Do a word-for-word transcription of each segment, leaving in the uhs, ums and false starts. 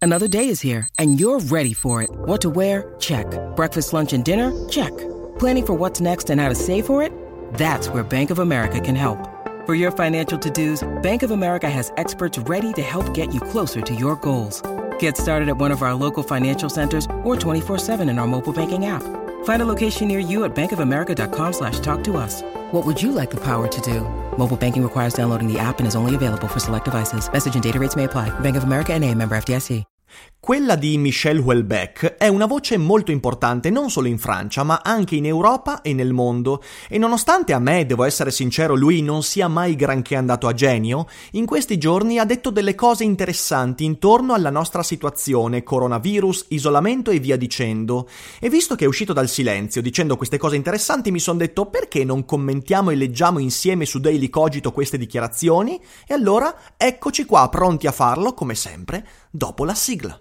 Another day is here, and you're ready for it. What to wear? Check. Breakfast, lunch, and dinner? Check. Planning for what's next and how to save for it? That's where Bank of America can help. For your financial to-dos, Bank of America has experts ready to help get you closer to your goals. Get started at one of our local financial centers or twenty-four seven in our mobile banking app. Find a location near you at bankofamerica.com slash talk to us. What would you like the power to do? Mobile banking requires downloading the app and is only available for select devices. Message and data rates may apply. Bank of America N A, member F D I C. Quella di Michel Houellebecq è una voce molto importante non solo in Francia, ma anche in Europa e nel mondo. E nonostante a me, devo essere sincero, lui non sia mai granché andato a genio, in questi giorni ha detto delle cose interessanti intorno alla nostra situazione, coronavirus, isolamento e via dicendo. E visto che è uscito dal silenzio dicendo queste cose interessanti, mi son detto: perché non commentiamo e leggiamo insieme su Daily Cogito queste dichiarazioni? E allora eccoci qua, pronti a farlo, come sempre, dopo la sigla.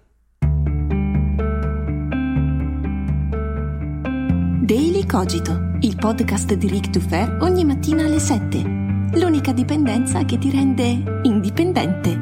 Daily Cogito, il podcast di Ric Dufer ogni mattina alle sette. L'unica dipendenza che ti rende indipendente.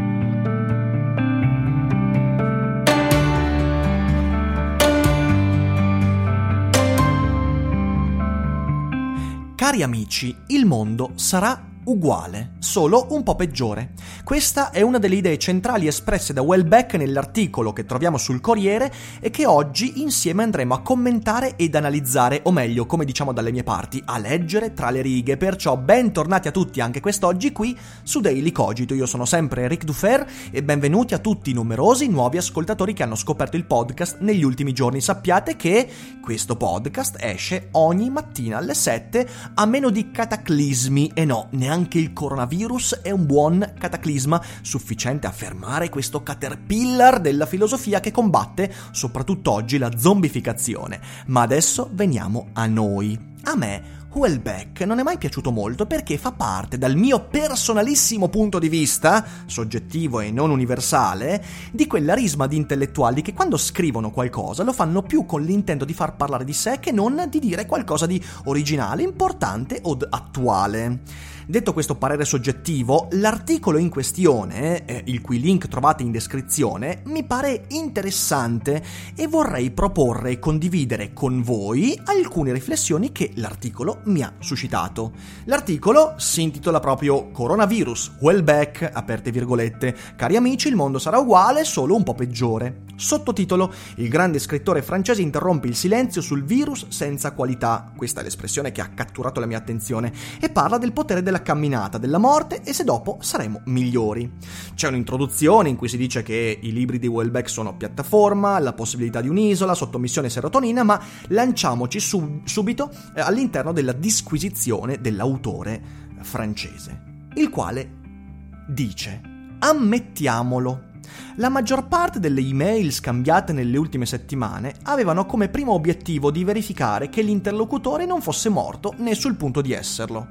Cari amici, il mondo sarà uguale, solo un po' peggiore. Questa è una delle idee centrali espresse da Houellebecq nell'articolo che troviamo sul Corriere e che oggi insieme andremo a commentare ed analizzare, o meglio, come diciamo dalle mie parti, a leggere tra le righe. Perciò bentornati a tutti anche quest'oggi qui su Daily Cogito. Io sono sempre Ric Dufer e benvenuti a tutti i numerosi nuovi ascoltatori che hanno scoperto il podcast negli ultimi giorni. Sappiate che questo podcast esce ogni mattina alle sette, a meno di cataclismi, e no, neanche Anche il coronavirus è un buon cataclisma sufficiente a fermare questo caterpillar della filosofia che combatte, soprattutto oggi, la zombificazione. Ma adesso veniamo a noi. A me Houellebecq non è mai piaciuto molto perché fa parte, dal mio personalissimo punto di vista, soggettivo e non universale, di quella risma di intellettuali che quando scrivono qualcosa lo fanno più con l'intento di far parlare di sé che non di dire qualcosa di originale, importante o attuale. Detto questo parere soggettivo, l'articolo in questione, eh, il cui link trovate in descrizione, mi pare interessante e vorrei proporre e condividere con voi alcune riflessioni che l'articolo mi ha suscitato. L'articolo si intitola proprio Coronavirus, Houellebecq, aperte virgolette, cari amici, il mondo sarà uguale, solo un po' peggiore. Sottotitolo: il grande scrittore francese interrompe il silenzio sul virus senza qualità. Questa è l'espressione che ha catturato la mia attenzione e parla del potere della camminata, della morte e se dopo saremo migliori. C'è un'introduzione in cui si dice che i libri di Houellebecq sono piattaforma, la possibilità di un'isola, sottomissione serotonina, ma lanciamoci sub- subito eh, all'interno della disquisizione dell'autore francese, il quale dice: ammettiamolo. La maggior parte delle email scambiate nelle ultime settimane avevano come primo obiettivo di verificare che l'interlocutore non fosse morto né sul punto di esserlo.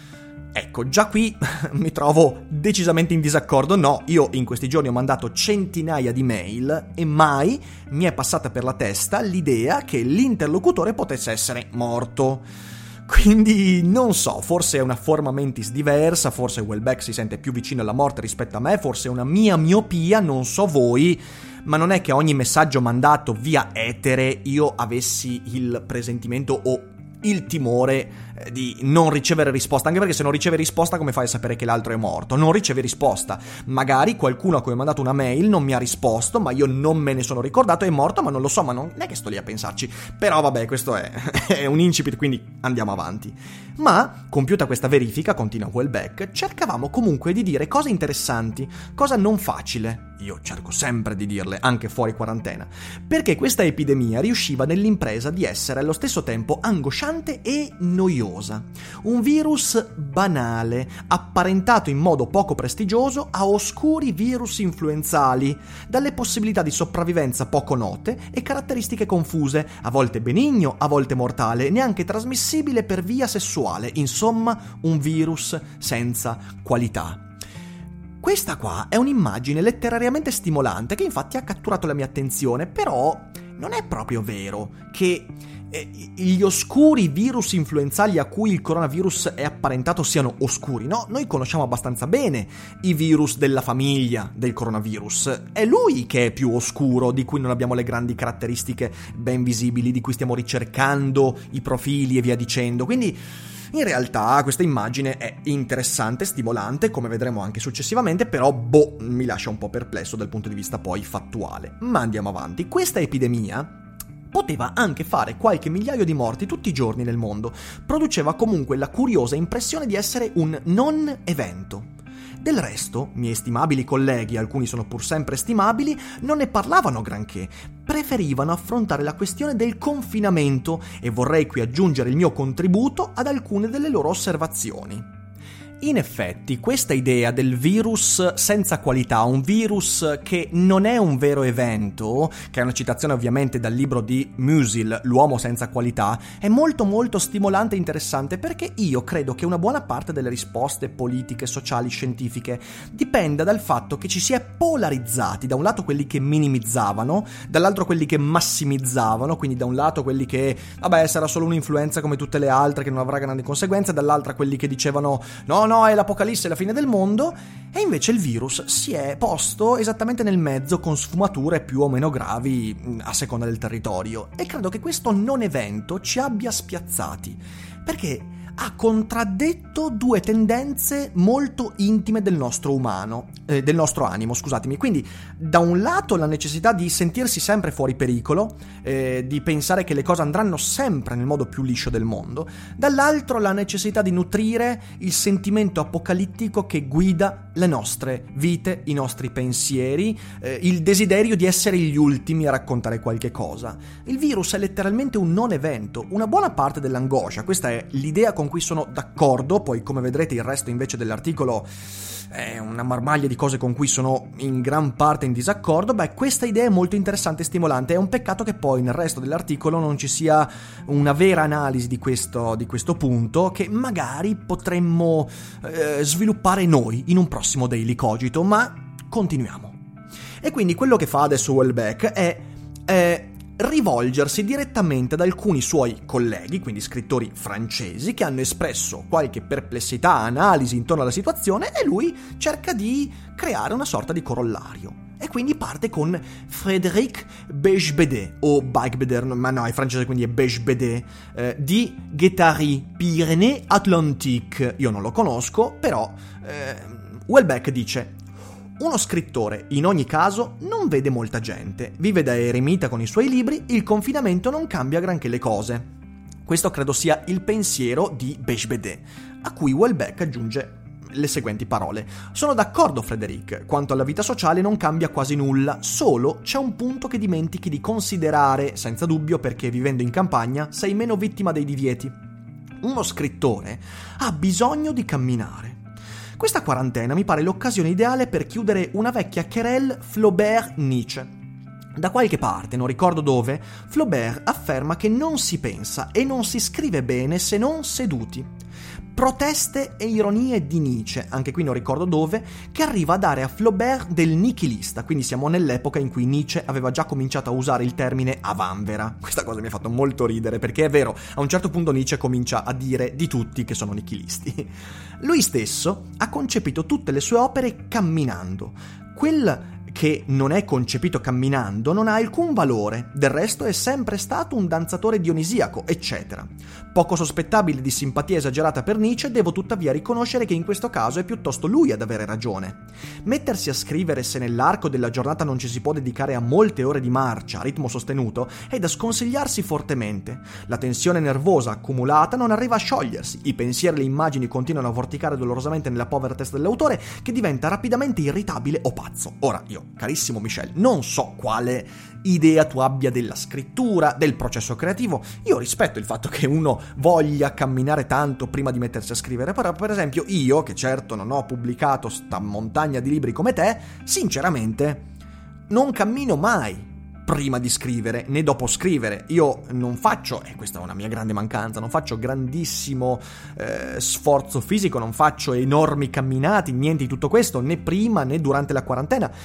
Ecco, già qui mi trovo decisamente in disaccordo. No, io in questi giorni ho mandato centinaia di mail e mai mi è passata per la testa l'idea che l'interlocutore potesse essere morto. Quindi non so, forse è una forma mentis diversa, forse Houellebecq si sente più vicino alla morte rispetto a me, forse è una mia miopia, non so voi, ma non è che ogni messaggio mandato via etere io avessi il presentimento o il timore di non ricevere risposta, anche perché se non riceve risposta come fai a sapere che l'altro è morto? Non riceve risposta. Magari qualcuno a cui ho mandato una mail non mi ha risposto, ma io non me ne sono ricordato, è morto, ma non lo so, ma non è che sto lì a pensarci. Però vabbè, questo è, è un incipit, quindi andiamo avanti. Ma, compiuta questa verifica, continua Houellebecq, cercavamo comunque di dire cose interessanti, cosa non facile. Io cerco sempre di dirle, anche fuori quarantena, perché questa epidemia riusciva nell'impresa di essere allo stesso tempo angosciante e noiosa. Un virus banale, apparentato in modo poco prestigioso a oscuri virus influenzali, dalle possibilità di sopravvivenza poco note e caratteristiche confuse, a volte benigno, a volte mortale, neanche trasmissibile per via sessuale, insomma un virus senza qualità. Questa qua è un'immagine letterariamente stimolante che infatti ha catturato la mia attenzione, però non è proprio vero che eh, gli oscuri virus influenzali a cui il coronavirus è apparentato siano oscuri, no? Noi conosciamo abbastanza bene i virus della famiglia del coronavirus. È lui che è più oscuro, di cui non abbiamo le grandi caratteristiche ben visibili, di cui stiamo ricercando i profili e via dicendo. Quindi in realtà questa immagine è interessante, stimolante, come vedremo anche successivamente, però boh, mi lascia un po' perplesso dal punto di vista poi fattuale. Ma andiamo avanti. Questa epidemia poteva anche fare qualche migliaio di morti tutti i giorni nel mondo, produceva comunque la curiosa impressione di essere un non evento. Del resto, miei stimabili colleghi, alcuni sono pur sempre stimabili, non ne parlavano granché, preferivano affrontare la questione del confinamento e vorrei qui aggiungere il mio contributo ad alcune delle loro osservazioni. In effetti, questa idea del virus senza qualità, un virus che non è un vero evento, che è una citazione ovviamente dal libro di Musil, L'uomo senza qualità, è molto molto stimolante e interessante perché io credo che una buona parte delle risposte politiche, sociali, scientifiche dipenda dal fatto che ci si è polarizzati, da un lato quelli che minimizzavano, dall'altro quelli che massimizzavano, quindi da un lato quelli che, vabbè, sarà solo un'influenza come tutte le altre che non avrà grandi conseguenze, dall'altra quelli che dicevano no, no, no, è l'apocalisse, è la fine del mondo, e invece il virus si è posto esattamente nel mezzo con sfumature più o meno gravi a seconda del territorio. E credo che questo non evento ci abbia spiazzati, perché ha contraddetto due tendenze molto intime del nostro umano, eh, del nostro animo, scusatemi. Quindi, da un lato la necessità di sentirsi sempre fuori pericolo, eh, di pensare che le cose andranno sempre nel modo più liscio del mondo, dall'altro la necessità di nutrire il sentimento apocalittico che guida le nostre vite, i nostri pensieri, eh, il desiderio di essere gli ultimi a raccontare qualche cosa. Il virus è letteralmente un non evento, una buona parte dell'angoscia, questa è l'idea con cui sono d'accordo, poi come vedrete il resto invece dell'articolo è una marmaglia di cose con cui sono in gran parte in disaccordo. Beh, questa idea è molto interessante e stimolante, è un peccato che poi nel resto dell'articolo non ci sia una vera analisi di questo, di questo punto che magari potremmo eh, sviluppare noi in un prossimo Daily Cogito, ma continuiamo. E quindi quello che fa adesso Houellebecq è eh, rivolgersi direttamente ad alcuni suoi colleghi, quindi scrittori francesi, che hanno espresso qualche perplessità, analisi intorno alla situazione, e lui cerca di creare una sorta di corollario. E quindi parte con Frédéric Beigbeder, o Beigbeder, ma no, è francese quindi è Beigbeder, eh, di Guattari, Pyrénées-Atlantiques. Io non lo conosco, però eh, Houellebecq dice: uno scrittore, in ogni caso, non vede molta gente, vive da eremita con i suoi libri, il confinamento non cambia granché le cose. Questo credo sia il pensiero di Beigbeder, a cui Houellebecq aggiunge le seguenti parole: sono d'accordo, Frédéric, quanto alla vita sociale non cambia quasi nulla, solo c'è un punto che dimentichi di considerare, senza dubbio, perché vivendo in campagna sei meno vittima dei divieti. Uno scrittore ha bisogno di camminare. Questa quarantena mi pare l'occasione ideale per chiudere una vecchia querelle Flaubert-Nietzsche. Da qualche parte, non ricordo dove, Flaubert afferma che non si pensa e non si scrive bene se non seduti. Proteste e ironie di Nietzsche, anche qui non ricordo dove, che arriva a dare a Flaubert del nichilista, quindi siamo nell'epoca in cui Nietzsche aveva già cominciato a usare il termine a vanvera. Questa cosa mi ha fatto molto ridere, perché è vero, a un certo punto Nietzsche comincia a dire di tutti che sono nichilisti. Lui stesso ha concepito tutte le sue opere camminando. Quel che non è concepito camminando non ha alcun valore, del resto è sempre stato un danzatore dionisiaco, eccetera. Poco sospettabile di simpatia esagerata per Nietzsche, devo tuttavia riconoscere che in questo caso è piuttosto lui ad avere ragione. Mettersi a scrivere se nell'arco della giornata non ci si può dedicare a molte ore di marcia a ritmo sostenuto è da sconsigliarsi fortemente. La tensione nervosa accumulata non arriva a sciogliersi, i pensieri e le immagini continuano a vorticare dolorosamente nella povera testa dell'autore, che diventa rapidamente irritabile o pazzo. Ora, io, carissimo Michel, non so quale idea tu abbia della scrittura, del processo creativo. Io rispetto il fatto che uno voglia camminare tanto prima di mettersi a scrivere, però per esempio io, che certo non ho pubblicato sta montagna di libri come te, sinceramente non cammino mai prima di scrivere né dopo scrivere. Io non faccio, e questa è una mia grande mancanza, non faccio grandissimo eh, sforzo fisico, non faccio enormi camminate, niente di tutto questo, né prima né durante la quarantena.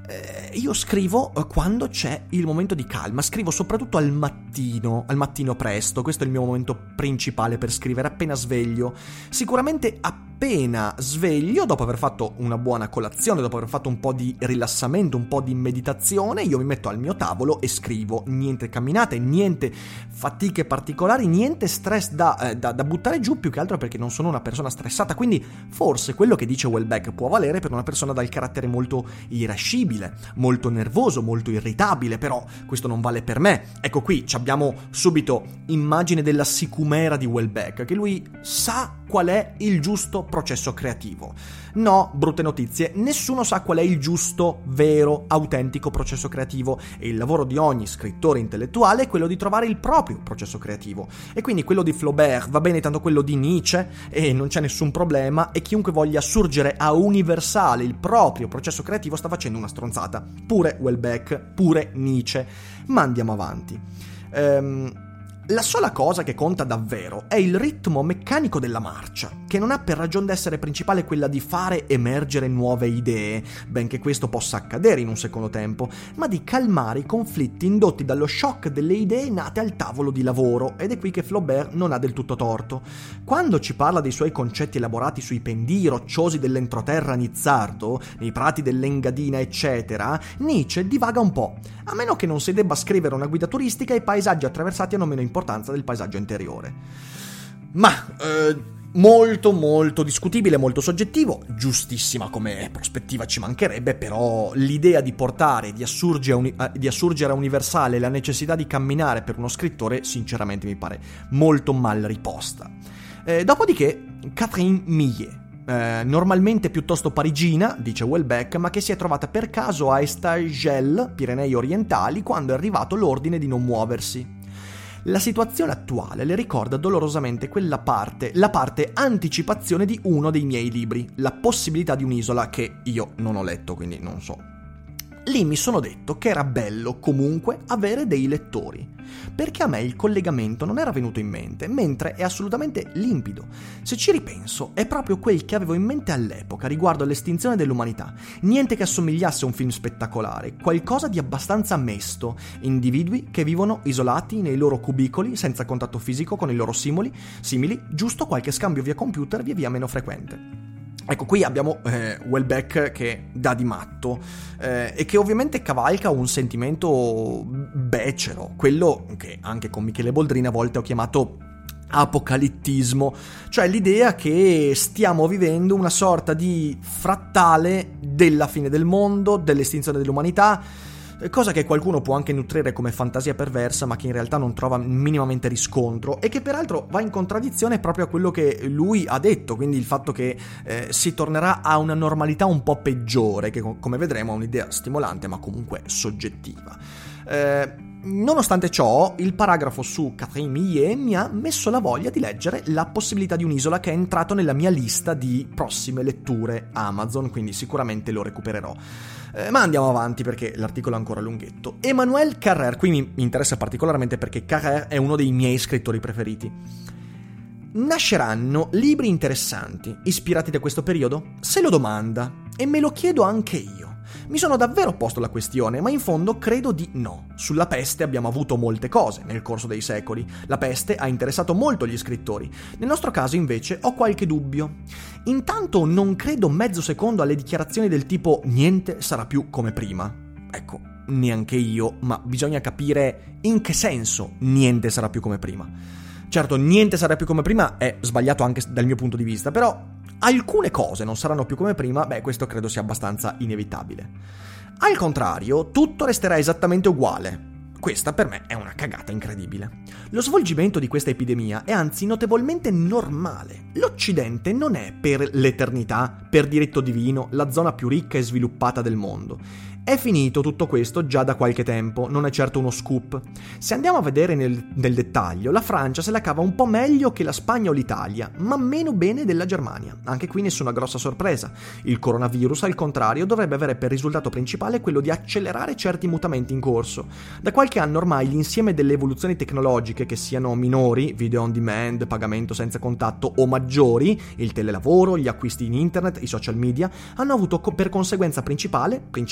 Eh, io scrivo quando c'è il momento di calma, scrivo soprattutto al mattino, al mattino presto, questo è il mio momento principale per scrivere, appena sveglio. Sicuramente appena sveglio, dopo aver fatto una buona colazione, dopo aver fatto un po' di rilassamento, un po' di meditazione, io mi metto al mio tavolo e scrivo. Niente camminate, niente fatiche particolari, niente stress da, eh, da, da buttare giù, più che altro perché non sono una persona stressata, quindi forse quello che dice Houellebecq può valere per una persona dal carattere molto irascibile, molto nervoso, molto irritabile, però questo non vale per me. Ecco, qui abbiamo subito immagine della sicumera di Houellebecq, che lui sa qual è il giusto processo creativo. No, brutte notizie, nessuno sa qual è il giusto, vero, autentico processo creativo, e il lavoro di ogni scrittore intellettuale è quello di trovare il proprio processo creativo. E quindi quello di Flaubert va bene tanto quello di Nietzsche, e non c'è nessun problema, e chiunque voglia assurgere a universale il proprio processo creativo sta facendo una stronzata. Pure Houellebecq, pure Nietzsche. Ma andiamo avanti. Ehm... La sola cosa che conta davvero è il ritmo meccanico della marcia, che non ha per ragion d'essere principale quella di fare emergere nuove idee, benché questo possa accadere in un secondo tempo, ma di calmare i conflitti indotti dallo shock delle idee nate al tavolo di lavoro, ed è qui che Flaubert non ha del tutto torto. Quando ci parla dei suoi concetti elaborati sui pendii rocciosi dell'entroterra nizzardo, nei prati dell'Engadina, eccetera, Nietzsche divaga un po', a meno che non si debba scrivere una guida turistica e i paesaggi attraversati hanno meno importanza del paesaggio interiore. Ma eh, molto molto discutibile, molto soggettivo, giustissima come prospettiva ci mancherebbe, però l'idea di portare, di assurgere, di assurgere a universale la necessità di camminare per uno scrittore sinceramente mi pare molto mal riposta. Eh, dopodiché Catherine Millet, Eh, normalmente piuttosto parigina, dice Houellebecq, ma che si è trovata per caso a Estagel, Pirenei orientali, quando è arrivato l'ordine di non muoversi. La situazione attuale le ricorda dolorosamente quella parte, la parte anticipazione di uno dei miei libri, La possibilità di un'isola, che io non ho letto, quindi non so. Lì mi sono detto che era bello comunque avere dei lettori, perché a me il collegamento non era venuto in mente, mentre è assolutamente limpido. Se ci ripenso, è proprio quel che avevo in mente all'epoca riguardo all'estinzione dell'umanità. Niente che assomigliasse a un film spettacolare, qualcosa di abbastanza mesto, individui che vivono isolati nei loro cubicoli, senza contatto fisico con i loro simili, simili, giusto qualche scambio via computer via via meno frequente. Ecco, qui abbiamo eh, Houellebecq che dà di matto eh, e che ovviamente cavalca un sentimento becero, quello che anche con Michele Boldrini a volte ho chiamato apocalittismo, cioè l'idea che stiamo vivendo una sorta di frattale della fine del mondo, dell'estinzione dell'umanità, cosa che qualcuno può anche nutrire come fantasia perversa, ma che in realtà non trova minimamente riscontro, e che peraltro va in contraddizione proprio a quello che lui ha detto, quindi il fatto che eh, si tornerà a una normalità un po' peggiore, che come vedremo è un'idea stimolante ma comunque soggettiva. Eh, Nonostante ciò, il paragrafo su Catherine Millet mi ha messo la voglia di leggere La possibilità di un'isola, che è entrato nella mia lista di prossime letture Amazon, quindi sicuramente lo recupererò. Eh, ma andiamo avanti perché l'articolo è ancora lunghetto. Emmanuel Carrère, qui mi interessa particolarmente perché Carrère è uno dei miei scrittori preferiti. Nasceranno libri interessanti ispirati da questo periodo? Se lo domanda, e me lo chiedo anche io. Mi sono davvero posto la questione, ma in fondo credo di no. Sulla peste abbiamo avuto molte cose nel corso dei secoli. La peste ha interessato molto gli scrittori. Nel nostro caso, invece, ho qualche dubbio. Intanto non credo mezzo secondo alle dichiarazioni del tipo niente sarà più come prima. Ecco, neanche io, ma bisogna capire in che senso niente sarà più come prima. Certo, niente sarà più come prima è sbagliato anche dal mio punto di vista, però alcune cose non saranno più come prima, beh, questo credo sia abbastanza inevitabile. Al contrario, tutto resterà esattamente uguale. Questa per me è una cagata incredibile. Lo svolgimento di questa epidemia è anzi notevolmente normale. L'Occidente non è per l'eternità, per diritto divino, la zona più ricca e sviluppata del mondo. È finito tutto questo già da qualche tempo, non è certo uno scoop. Se andiamo a vedere nel, nel dettaglio, la Francia se la cava un po' meglio che la Spagna o l'Italia, ma meno bene della Germania. Anche qui nessuna grossa sorpresa. Il coronavirus, al contrario, dovrebbe avere per risultato principale quello di accelerare certi mutamenti in corso. Da qualche anno ormai l'insieme delle evoluzioni tecnologiche, che siano minori, video on demand, pagamento senza contatto, o maggiori, il telelavoro, gli acquisti in internet, i social media, hanno avuto per conseguenza principale, principale obiettivo,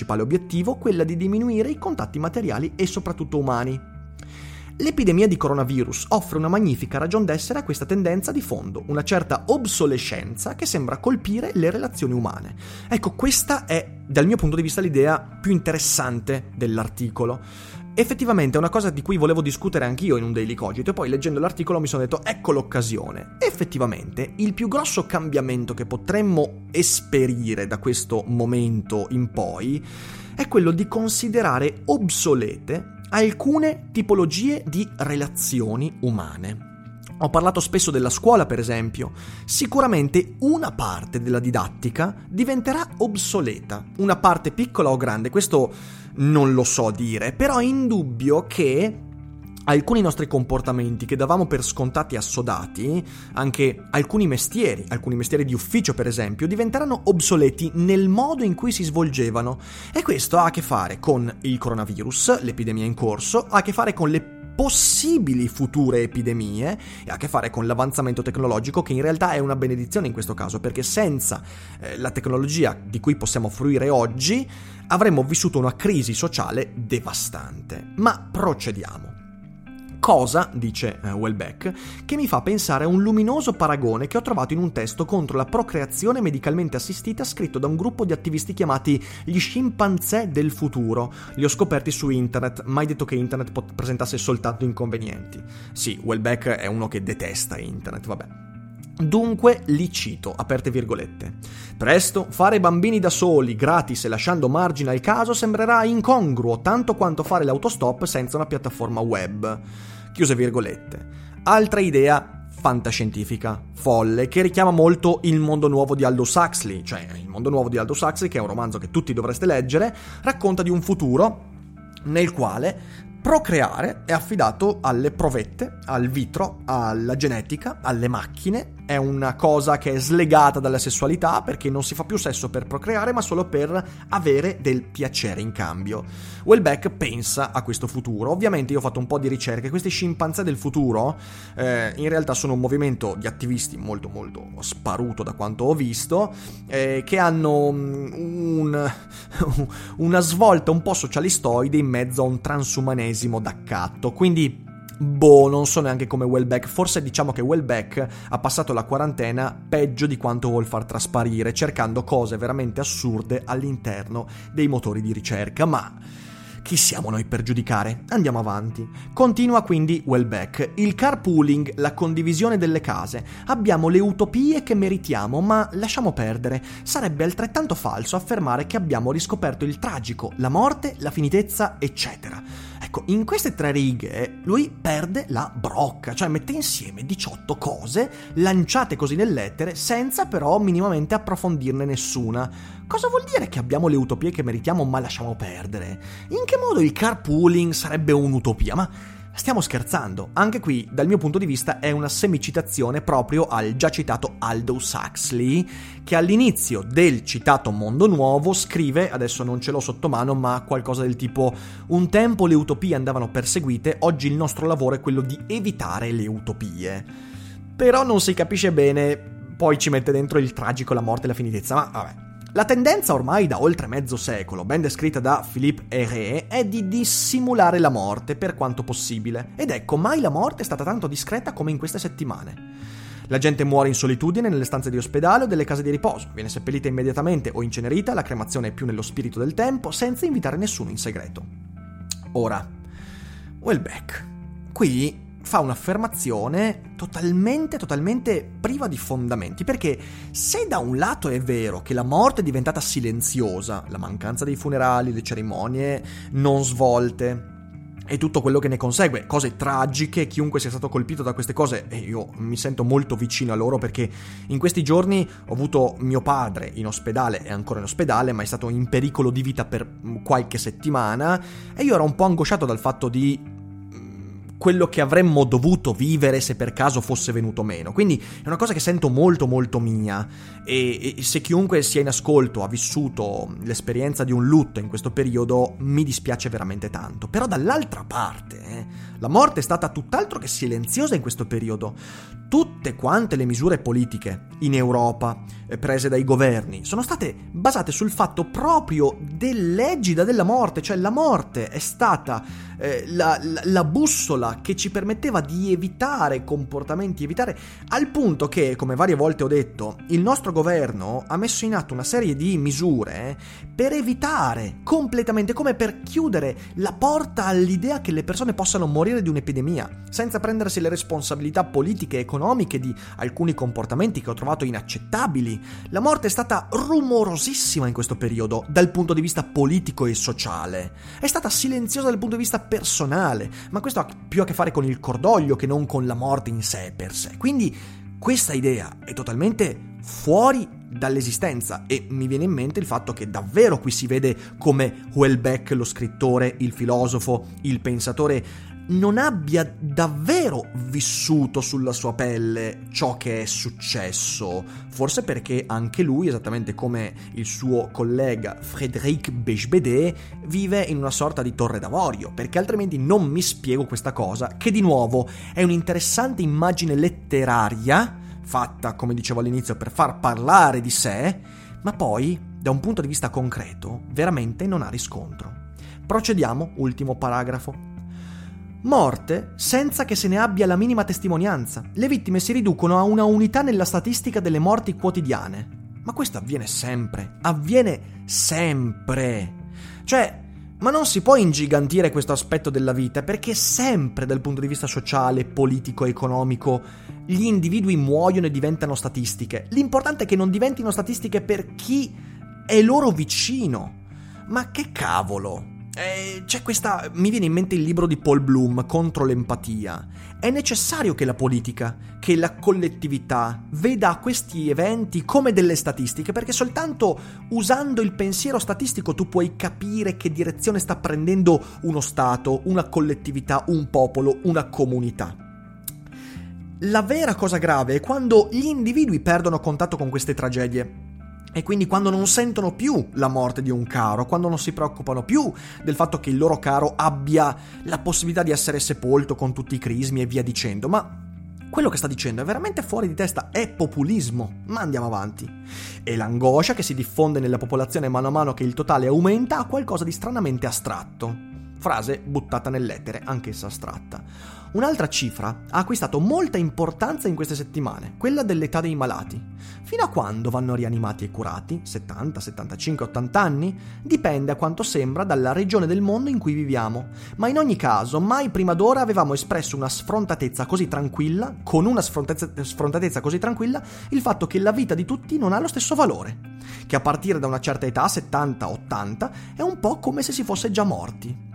obiettivo quella di diminuire i contatti materiali e soprattutto umani. L'epidemia di coronavirus offre una magnifica ragion d'essere a questa tendenza di fondo, una certa obsolescenza che sembra colpire le relazioni umane. Ecco, questa è, dal mio punto di vista, l'idea più interessante dell'articolo. Effettivamente è una cosa di cui volevo discutere anch'io in un Daily Cogito e poi leggendo l'articolo mi sono detto ecco l'occasione. Effettivamente il più grosso cambiamento che potremmo esperire da questo momento in poi è quello di considerare obsolete alcune tipologie di relazioni umane. Ho parlato spesso della scuola, per esempio. Sicuramente una parte della didattica diventerà obsoleta. Una parte piccola o grande, questo non lo so dire, però è indubbio che alcuni nostri comportamenti che davamo per scontati e assodati, anche alcuni mestieri, alcuni mestieri di ufficio per esempio, diventeranno obsoleti nel modo in cui si svolgevano. E questo ha a che fare con il coronavirus, l'epidemia in corso, ha a che fare con le possibili future epidemie e ha a che fare con l'avanzamento tecnologico, che in realtà è una benedizione in questo caso, perché senza eh, la tecnologia di cui possiamo fruire oggi avremmo vissuto una crisi sociale devastante. Ma procediamo. Cosa, dice uh, Welbeck, che mi fa pensare a un luminoso paragone che ho trovato in un testo contro la procreazione medicalmente assistita scritto da un gruppo di attivisti chiamati gli scimpanzé del futuro. Li ho scoperti su internet, mai detto che internet pot- presentasse soltanto inconvenienti. Sì, Welbeck è uno che detesta internet, vabbè. Dunque li cito, aperte virgolette. Presto, fare bambini da soli, gratis e lasciando margine al caso sembrerà incongruo tanto quanto fare l'autostop senza una piattaforma web. Chiuse virgolette. Altra idea fantascientifica, folle, che richiama molto Il mondo nuovo di Aldous Huxley. Cioè, Il mondo nuovo di Aldous Huxley, che è un romanzo che tutti dovreste leggere, racconta di un futuro nel quale procreare è affidato alle provette, al vitro, alla genetica, alle macchine. È una cosa che è slegata dalla sessualità perché non si fa più sesso per procreare ma solo per avere del piacere in cambio. Welbeck pensa a questo futuro. Ovviamente io ho fatto un po' di ricerche. Questi scimpanzé del futuro eh, in realtà sono un movimento di attivisti molto molto sparuto da quanto ho visto, eh, che hanno un, una svolta un po' socialistoide in mezzo a un transumanesimo d'accatto. Quindi boh, non so neanche come Welbeck. Forse diciamo che Welbeck ha passato la quarantena peggio di quanto vuol far trasparire, cercando cose veramente assurde all'interno dei motori di ricerca, ma chi siamo noi per giudicare? Andiamo avanti. Continua quindi Welbeck. Il carpooling, la condivisione delle case. Abbiamo le utopie che meritiamo, ma lasciamo perdere. Sarebbe altrettanto falso affermare che abbiamo riscoperto il tragico, la morte, la finitezza, eccetera. Ecco, in queste tre righe lui perde la brocca, cioè mette insieme diciotto cose lanciate così nell'etere senza però minimamente approfondirne nessuna. Cosa vuol dire che abbiamo le utopie che meritiamo ma lasciamo perdere? In che modo il carpooling sarebbe un'utopia? Ma stiamo scherzando. Anche qui, dal mio punto di vista, è una semicitazione proprio al già citato Aldous Huxley, che all'inizio del citato Mondo Nuovo scrive, adesso non ce l'ho sotto mano, ma qualcosa del tipo: un tempo le utopie andavano perseguite, oggi il nostro lavoro è quello di evitare le utopie. Però non si capisce bene, poi ci mette dentro il tragico, la morte e la finitezza, ma vabbè. La tendenza ormai da oltre mezzo secolo, ben descritta da Philippe Héré, è di dissimulare la morte per quanto possibile. Ed ecco, mai la morte è stata tanto discreta come in queste settimane. La gente muore in solitudine nelle stanze di ospedale o delle case di riposo, viene seppellita immediatamente o incenerita, la cremazione è più nello spirito del tempo, senza invitare nessuno in segreto. Ora, Welbeck, qui fa un'affermazione totalmente, totalmente priva di fondamenti, perché se da un lato è vero che la morte è diventata silenziosa, la mancanza dei funerali, le cerimonie non svolte e tutto quello che ne consegue, cose tragiche, chiunque sia stato colpito da queste cose, e io mi sento molto vicino a loro perché in questi giorni ho avuto mio padre in ospedale, è ancora in ospedale, ma è stato in pericolo di vita per qualche settimana e io ero un po' angosciato dal fatto di quello che avremmo dovuto vivere se per caso fosse venuto meno. Quindi è una cosa che sento molto molto mia, e, e se chiunque sia in ascolto ha vissuto l'esperienza di un lutto in questo periodo, mi dispiace veramente tanto. Però dall'altra parte eh, la morte è stata tutt'altro che silenziosa in questo periodo. Tutte quante le misure politiche in Europa eh, prese dai governi sono state basate sul fatto proprio dell'egida della morte, cioè la morte è stata eh, la, la, la bussola che ci permetteva di evitare comportamenti, evitare, al punto che, come varie volte ho detto, il nostro governo ha messo in atto una serie di misure per evitare completamente, come per chiudere la porta all'idea che le persone possano morire di un'epidemia, senza prendersi le responsabilità politiche e economiche di alcuni comportamenti che ho trovato inaccettabili. La morte è stata rumorosissima in questo periodo dal punto di vista politico e sociale, è stata silenziosa dal punto di vista personale, ma questo ha più a che fare con il cordoglio che non con la morte in sé per sé. Quindi questa idea è totalmente fuori dall'esistenza, e mi viene in mente il fatto che davvero qui si vede come Houellebecq, lo scrittore, il filosofo, il pensatore, non abbia davvero vissuto sulla sua pelle ciò che è successo, forse perché anche lui, esattamente come il suo collega Frédéric Beigbeder, vive in una sorta di torre d'avorio, perché altrimenti non mi spiego questa cosa, che di nuovo è un'interessante immagine letteraria fatta, come dicevo all'inizio, per far parlare di sé, ma poi, da un punto di vista concreto, veramente non ha riscontro. Procediamo, ultimo paragrafo. Morte senza che se ne abbia la minima testimonianza. Le vittime si riducono a una unità nella statistica delle morti quotidiane. Ma questo avviene sempre, avviene sempre. Cioè, ma non si può ingigantire questo aspetto della vita, perché sempre dal punto di vista sociale, politico e economico gli individui muoiono e diventano statistiche. L'importante è che non diventino statistiche per chi è loro vicino. Ma che cavolo! Eh, c'è questa, mi viene in mente il libro di Paul Bloom, Contro l'empatia. È necessario che la politica, che la collettività veda questi eventi come delle statistiche, perché soltanto usando il pensiero statistico tu puoi capire che direzione sta prendendo uno Stato, una collettività, un popolo, una comunità. La vera cosa grave è quando gli individui perdono contatto con queste tragedie. E quindi quando non sentono più la morte di un caro, quando non si preoccupano più del fatto che il loro caro abbia la possibilità di essere sepolto con tutti i crismi e via dicendo. Ma quello che sta dicendo è veramente fuori di testa, è populismo, ma andiamo avanti. E l'angoscia che si diffonde nella popolazione mano a mano che il totale aumenta ha qualcosa di stranamente astratto. Frase buttata nell'etere, anch'essa astratta. Un'altra cifra ha acquistato molta importanza in queste settimane, quella dell'età dei malati. Fino a quando vanno rianimati e curati? settanta, settantacinque, ottanta anni? Dipende a quanto sembra dalla regione del mondo in cui viviamo, ma in ogni caso mai prima d'ora avevamo espresso una sfrontatezza così tranquilla, con una sfrontatezza, sfrontatezza così tranquilla, il fatto che la vita di tutti non ha lo stesso valore, che a partire da una certa età, settanta, ottanta, è un po' come se si fosse già morti.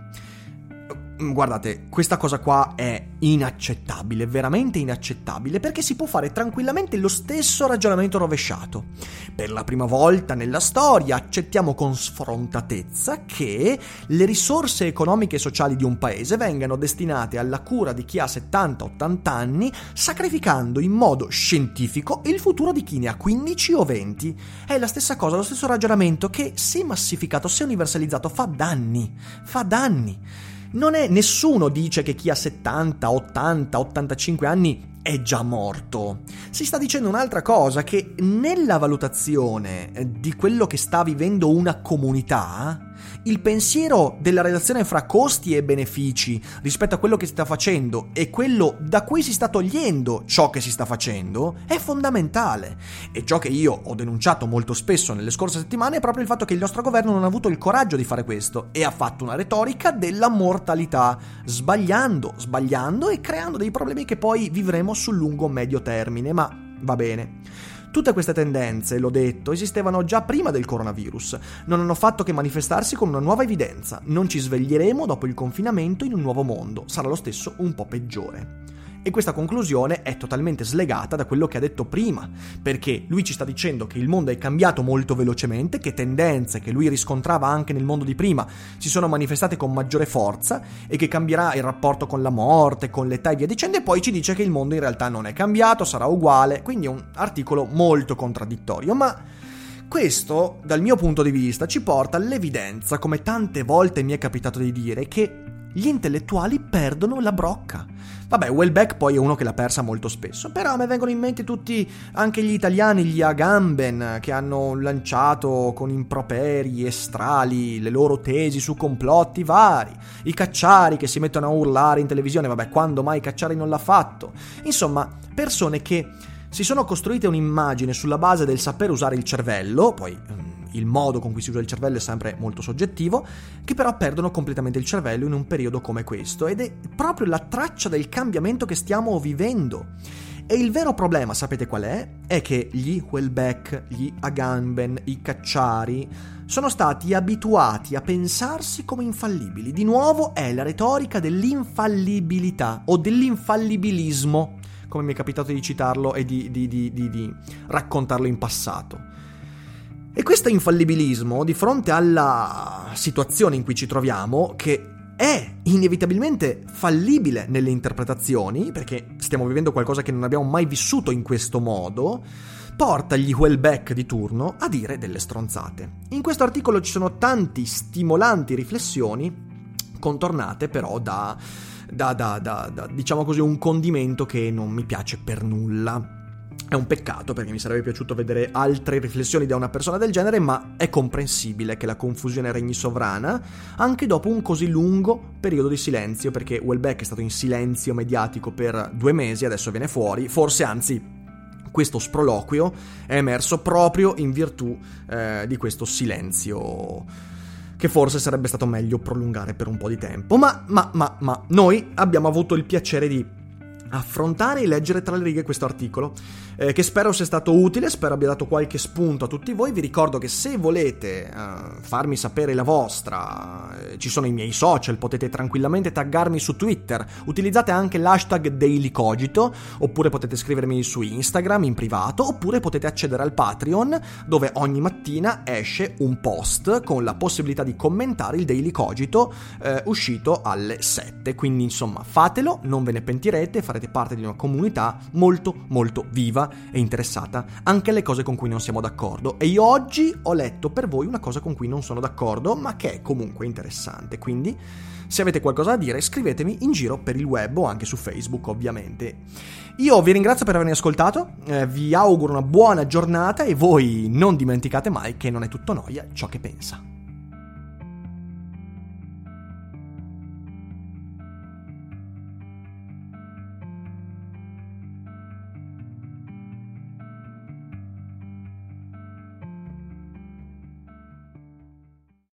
Guardate, questa cosa qua è inaccettabile, veramente inaccettabile, perché si può fare tranquillamente lo stesso ragionamento rovesciato. Per la prima volta nella storia accettiamo con sfrontatezza che le risorse economiche e sociali di un paese vengano destinate alla cura di chi ha settanta ottanta anni, sacrificando in modo scientifico il futuro di chi ne ha quindici o venti. È la stessa cosa, lo stesso ragionamento che, se massificato, se universalizzato, fa danni, fa danni. Non è, nessuno dice che chi ha settanta, ottanta, ottantacinque anni è già morto. Si sta dicendo un'altra cosa, che nella valutazione di quello che sta vivendo una comunità, il pensiero della relazione fra costi e benefici rispetto a quello che si sta facendo e quello da cui si sta togliendo ciò che si sta facendo è fondamentale. E ciò che io ho denunciato molto spesso nelle scorse settimane è proprio il fatto che il nostro governo non ha avuto il coraggio di fare questo e ha fatto una retorica della mortalità, sbagliando, sbagliando e creando dei problemi che poi vivremo sul lungo medio termine, ma va bene. Tutte queste tendenze, l'ho detto, esistevano già prima del coronavirus, non hanno fatto che manifestarsi con una nuova evidenza. Non ci sveglieremo dopo il confinamento in un nuovo mondo, sarà lo stesso un po' peggiore. E questa conclusione è totalmente slegata da quello che ha detto prima, perché lui ci sta dicendo che il mondo è cambiato molto velocemente, che tendenze che lui riscontrava anche nel mondo di prima si sono manifestate con maggiore forza e che cambierà il rapporto con la morte, con l'età e via dicendo, e poi ci dice che il mondo in realtà non è cambiato, sarà uguale, quindi è un articolo molto contraddittorio, ma questo, dal mio punto di vista, ci porta all'evidenza, come tante volte mi è capitato di dire, che gli intellettuali perdono la brocca. Vabbè, Houellebecq poi è uno che l'ha persa molto spesso, però a me vengono in mente tutti anche gli italiani, gli Agamben, che hanno lanciato con improperi estrali le loro tesi su complotti vari, i Cacciari che si mettono a urlare in televisione, vabbè, quando mai Cacciari non l'ha fatto? Insomma, persone che si sono costruite un'immagine sulla base del saper usare il cervello, poi il modo con cui si usa il cervello è sempre molto soggettivo, che però perdono completamente il cervello in un periodo come questo, ed è proprio la traccia del cambiamento che stiamo vivendo. E il vero problema, sapete qual è? È che gli Houellebecq, gli Agamben, i Cacciari sono stati abituati a pensarsi come infallibili. Di nuovo è la retorica dell'infallibilità o dell'infallibilismo, come mi è capitato di citarlo e di, di, di, di, di raccontarlo in passato. E questo infallibilismo, di fronte alla situazione in cui ci troviamo, che è inevitabilmente fallibile nelle interpretazioni, perché stiamo vivendo qualcosa che non abbiamo mai vissuto in questo modo, porta gli Houellebecq di turno a dire delle stronzate. In questo articolo ci sono tanti stimolanti riflessioni, contornate però da, da, da, da, da diciamo così, un condimento che non mi piace per nulla. È un peccato, perché mi sarebbe piaciuto vedere altre riflessioni da una persona del genere, ma è comprensibile che la confusione regni sovrana anche dopo un così lungo periodo di silenzio, perché Houellebecq è stato in silenzio mediatico per due mesi, adesso viene fuori, forse anzi questo sproloquio è emerso proprio in virtù eh, di questo silenzio che forse sarebbe stato meglio prolungare per un po' di tempo, ma, ma, ma, ma noi abbiamo avuto il piacere di affrontare e leggere tra le righe questo articolo, eh, che spero sia stato utile, spero abbia dato qualche spunto a tutti voi. Vi ricordo che se volete uh, farmi sapere la vostra, eh, ci sono i miei social, potete tranquillamente taggarmi su Twitter, utilizzate anche l'hashtag DailyCogito, oppure potete scrivermi su Instagram in privato, oppure potete accedere al Patreon, dove ogni mattina esce un post con la possibilità di commentare il Daily Cogito eh, uscito alle sette, quindi insomma fatelo, non ve ne pentirete, farete parte di una comunità molto molto viva e interessata anche alle cose con cui non siamo d'accordo, e io oggi ho letto per voi una cosa con cui non sono d'accordo ma che è comunque interessante, quindi se avete qualcosa da dire scrivetemi in giro per il web o anche su Facebook ovviamente. Io vi ringrazio per avermi ascoltato, eh, vi auguro una buona giornata e voi non dimenticate mai che non è tutto noia ciò che pensa.